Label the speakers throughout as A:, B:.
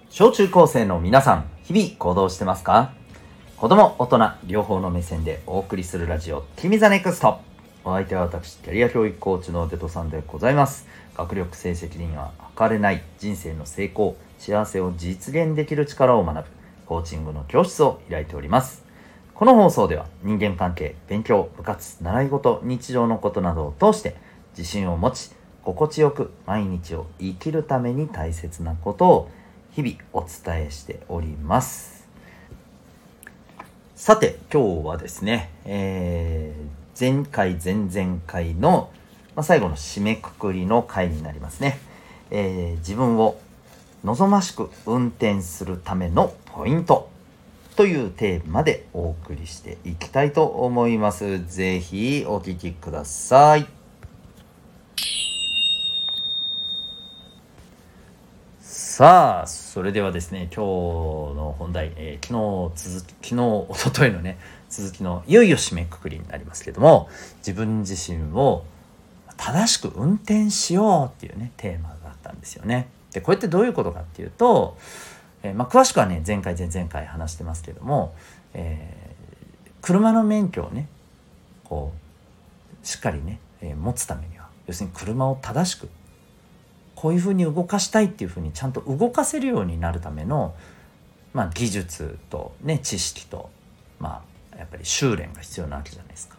A: 小中高生の皆さん、日々行動してますか？子供、大人、両方の目線でお送りするラジオ、君ザネクスト。お相手は私、キャリア教育コーチのデトさんでございます。学力成績には測れない人生の成功、幸せを実現できる力を学ぶ、コーチングの教室を開いております。この放送では人間関係、勉強、部活、習い事、日常のことなどを通して自信を持ち、心地よく毎日を生きるために大切なことを日々お伝えしております。さて今日はですね、前回前々回の、最後の締めくくりの回になりますね。自分を望ましく運転するためのポイントというテーマでお送りしていきたいと思います。ぜひお聞きください。さあ、それではですね、今日の本題、昨日、一昨日のね、続きのいよいよ締めくくりになりますけども、自分自身を正しく運転しようっていうね、テーマだったんですよね。で、これってどういうことかっていうと、詳しくはね、前回前々回話してますけども、車の免許をね、こう、しっかりね、持つためには、要するに車を正しく、こういうふうに動かしたいっていうふうにちゃんと動かせるようになるための、技術とね、知識と、やっぱり修練が必要なわけじゃないですか。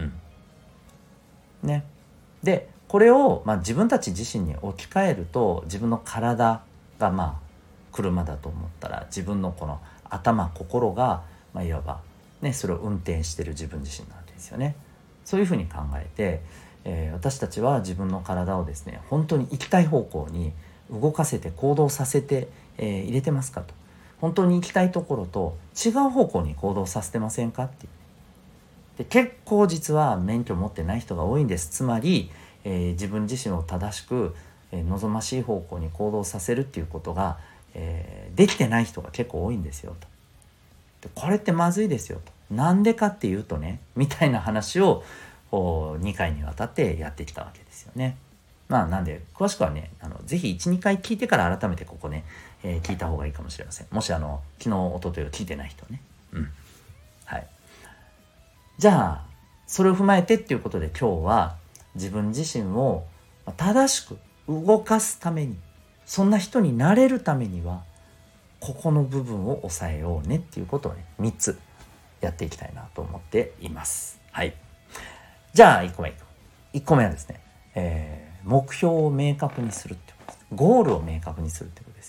A: ね。で、これを、自分たち自身に置き換えると、自分の体が車だと思ったら、自分のこの頭、心が、いわばね、それを運転してる自分自身なわけですよね。そういうふうに考えて、私たちは自分の体をですね、本当に行きたい方向に動かせて行動させて、入れてますかと。本当に行きたいところと違う方向に行動させてませんかっていう。で、結構実は免許持ってない人が多いんです。つまり、自分自身を正しく、望ましい方向に行動させるっていうことが、できてない人が結構多いんですよと。で、これってまずいですよと。なんでかっていうとね、みたいな話を2回にわたってやってきたわけですよね。なんで詳しくはね、ぜひ 1,2 回聞いてから改めてここね、聞いた方がいいかもしれません。もし昨日一昨日を聞いてない人はね。はい。じゃあそれを踏まえてっていうことで、今日は自分自身を正しく動かすために、そんな人になれるためにはここの部分を抑えようねっていうことをね、3つやっていきたいなと思っています。はい。じゃあ1個目はですね、目標を明確にするってことです。ゴールを明確にするってことです。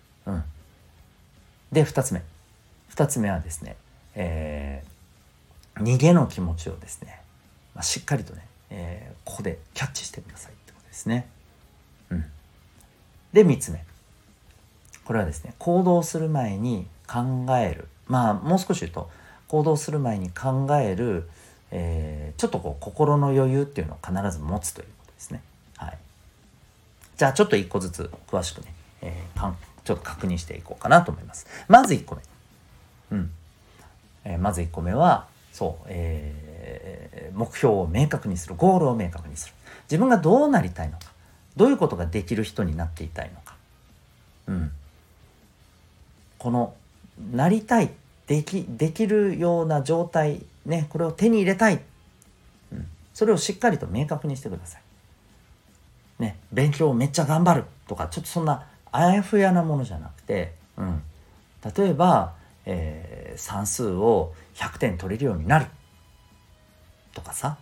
A: で、2つ目はですね、逃げの気持ちをですね、しっかりとね、ここでキャッチしてくださいってことですね。で、3つ目、これはですね、行動する前に考える、もう少し言うと、行動する前に考える、ちょっと心の余裕っていうのを必ず持つということですね。はい。じゃあちょっと1個ずつ詳しくね、ちょっと確認していこうかなと思います。まず1個目。まず1個目は、目標を明確にする、ゴールを明確にする。自分がどうなりたいのか、どういうことができる人になっていたいのか。このなりたい、できるような状態ね、これを手に入れたい、それをしっかりと明確にしてくださいね。勉強をめっちゃ頑張るとか、ちょっとそんなあやふやなものじゃなくて、例えば、算数を100点取れるようになるとかさ、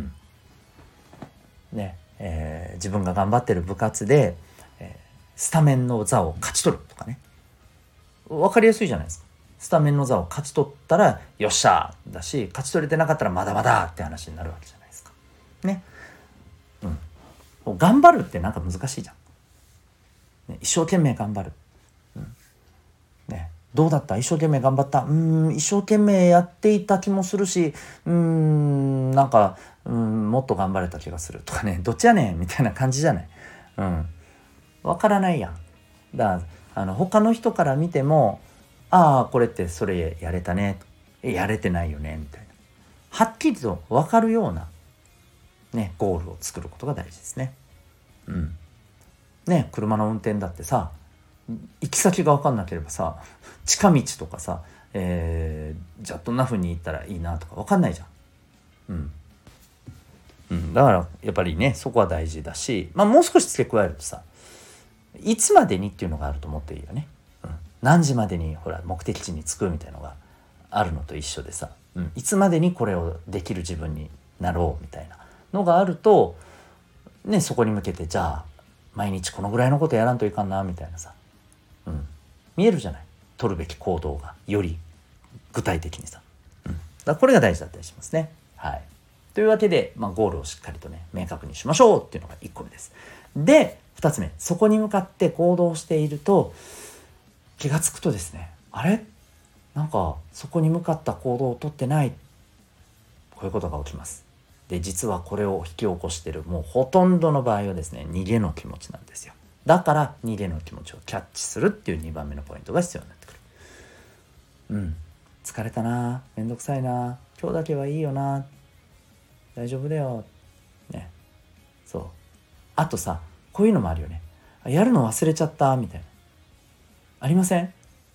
A: 自分が頑張ってる部活で、スタメンの座を勝ち取るとかね、分かりやすいじゃないですか。スタメンの座を勝ち取ったらよっしゃーだし、勝ち取れてなかったらまだまだって話になるわけじゃないですかね。頑張るってなんか難しいじゃん、一生懸命頑張る、どうだった？一生懸命頑張った？一生懸命やっていた気もするし、なんかもっと頑張れた気がするとかね、どっちやねんみたいな感じじゃない。わからないやん。だから他の人から見ても、これってそれやれたね、やれてないよねみたいな、はっきりと分かるようなね、ゴールを作ることが大事ですね。車の運転だってさ、 行き先が分かんなければさ、近道とかさ、じゃあどんな風に行ったらいいなとか分かんないじゃん。だからやっぱりね、そこは大事だし、もう少し付け加えるとさ、いつまでにっていうのがあると思っていいよね。何時までにほら目的地に着くみたいのがあるのと一緒でさ、いつまでにこれをできる自分になろうみたいなのがあるとね、そこに向けてじゃあ毎日このぐらいのことやらんといかんなみたいなさ、見えるじゃない、取るべき行動がより具体的にさ、だからこれが大事だったりしますね。はい。というわけで、ゴールをしっかりとね明確にしましょうっていうのが1個目です。で2つ目、そこに向かって行動していると気がつくとですね、あれなんかそこに向かった行動をとってない、こういうことが起きます。で実はこれを引き起こしているもうほとんどの場合はですね、逃げの気持ちなんですよ。だから逃げの気持ちをキャッチするっていう2番目のポイントが必要になってくる。疲れたな、めんどくさいな、今日だけはいいよな、大丈夫だよね。そう、あとさ、こういうのもあるよね。やるの忘れちゃったみたいな、ありません？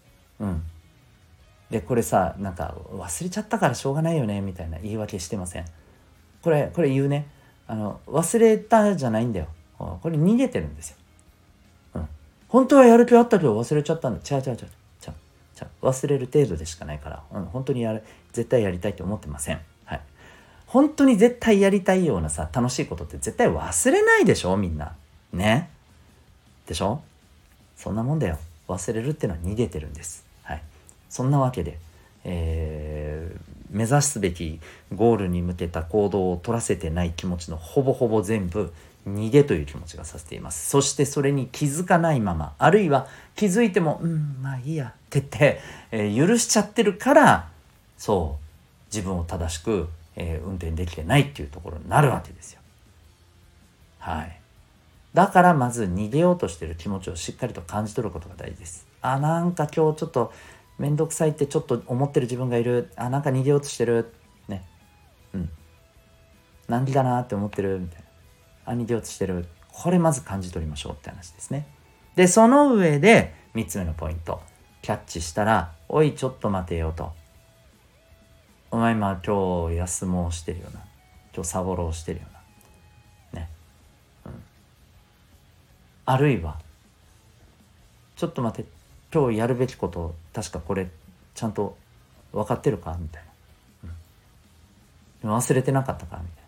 A: でこれさ、なんか忘れちゃったからしょうがないよねみたいな言い訳してません？これ言うね。忘れたじゃないんだよ。これ逃げてるんですよ。本当はやる気あったけど忘れちゃったんだ。違う。忘れる程度でしかないから、本当に絶対やりたいと思ってません。はい。本当に絶対やりたいようなさ、楽しいことって絶対忘れないでしょ、みんな。ね。でしょ？そんなもんだよ。忘れるってのは逃げてるんです。はい。そんなわけで、目指すべきゴールに向けた行動を取らせてない気持ちのほぼほぼ全部逃げという気持ちがさせています。そしてそれに気づかないまま、あるいは気づいてもまあいいやって言って、許しちゃってるから、そう自分を正しく、運転できてないっていうところになるわけですよ。はい。だからまず逃げようとしてる気持ちをしっかりと感じ取ることが大事です。なんか今日ちょっとめんどくさいってちょっと思ってる自分がいる。なんか逃げようとしてるね。難儀だなって思ってるみたいな。逃げようとしてる。これまず感じ取りましょうって話ですね。でその上で3つ目のポイント、キャッチしたら、おいちょっと待てよと、お前今今日休もうしてるよな、今日サボろうしてるよなね、あるいはちょっと待って、今日やるべきこと確かこれちゃんと分かってるかみたいな、忘れてなかったかみたいな、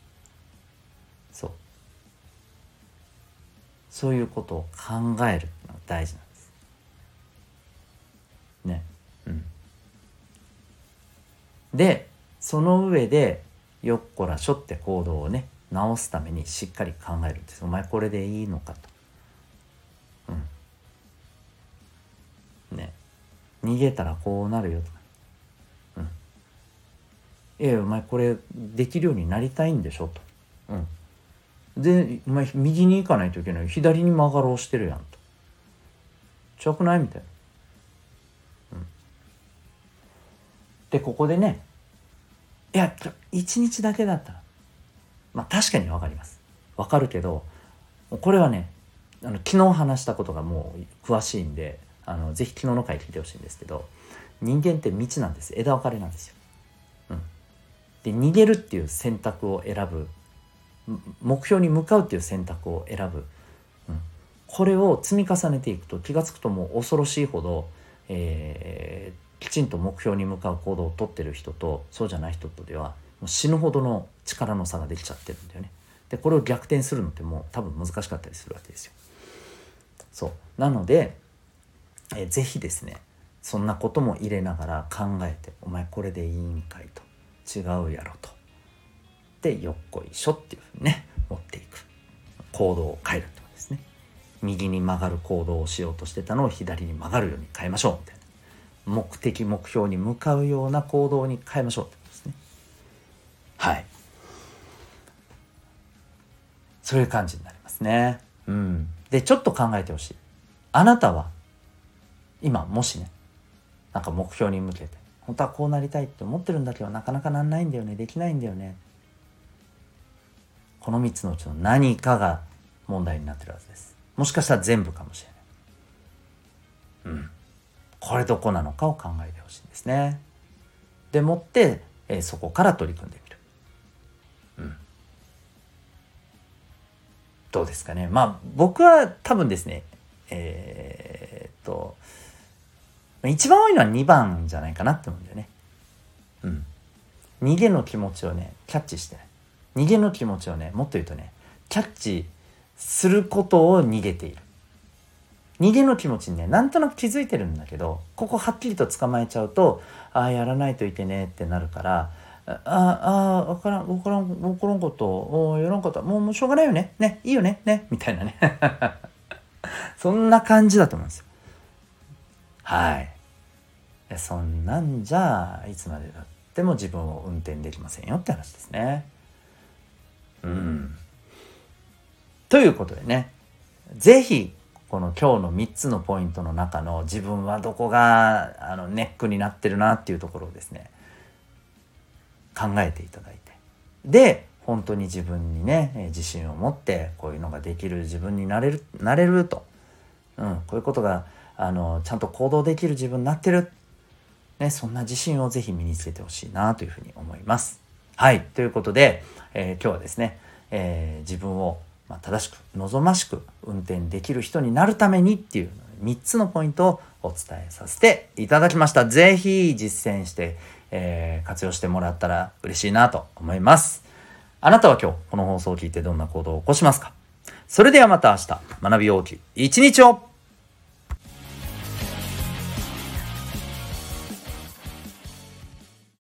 A: そういうことを考えるのが大事なんですね。でその上でよっこらしょって行動をね直すためにしっかり考えるんです。お前これでいいのかと。逃げたらこうなるよとか、お前これできるようになりたいんでしょと、でお前右に行かないといけない、左に曲がろうしてるやんと、違くないみたいな、でここでね、いや1日だけだったら確かに分かります、分かるけど、これはね昨日話したことがもう詳しいんで、ぜひ昨日の回聞いてほしいんですけど、人間って道なんです。枝分かれなんですよ。で逃げるっていう選択を選ぶ、目標に向かうっていう選択を選ぶ、これを積み重ねていくと気がつくともう恐ろしいほど、きちんと目標に向かう行動をとってる人とそうじゃない人とではもう死ぬほどの力の差ができちゃってるんだよね。でこれを逆転するのってもう多分難しかったりするわけですよ。そうなので、ぜひですねそんなことも入れながら考えて、お前これでいいんかいと、違うやろと、でよっこいしょっていうふうにね持っていく、行動を変えるってことですね。右に曲がる行動をしようとしてたのを左に曲がるように変えましょうみたいな、目的目標に向かうような行動に変えましょうってことですね。はい、そういう感じになりますね。でちょっと考えてほしい。あなたは今もしね、なんか目標に向けて本当はこうなりたいって思ってるんだけどなかなかなんないんだよね、できないんだよね、この3つのうちの何かが問題になってるはずです。もしかしたら全部かもしれない。 これどこなのかを考えてほしいんですね。でもって、そこから取り組んでみる。どうですかね。僕は多分ですね、一番多いのは2番じゃないかなって思うんだよね。逃げの気持ちをねキャッチして、逃げの気持ちをねもっと言うとねキャッチすることを逃げている。逃げの気持ちにねなんとなく気づいてるんだけど、ここはっきりと捕まえちゃうと、やらないといけねえってなるから、分からんことやらんかった、もうしょうがないよね、いいよねみたいなねそんな感じだと思うんですよ。はい。そんなんじゃいつまでだっても自分を運転できませんよって話ですね。ということでね、ぜひこの今日の3つのポイントの中の自分はどこがネックになってるなっていうところをですね考えていただいて、で本当に自分にね自信を持ってこういうのができる自分になれると、こういうことがちゃんと行動できる自分になってる、そんな自信をぜひ身につけてほしいなというふうに思います。はい、ということで、今日はですね、自分を正しく望ましく運転できる人になるためにっていう3つのポイントをお伝えさせていただきました。ぜひ実践して、活用してもらったら嬉しいなと思います。あなたは今日この放送を聞いてどんな行動を起こしますか？それではまた明日、学び大きい一日を。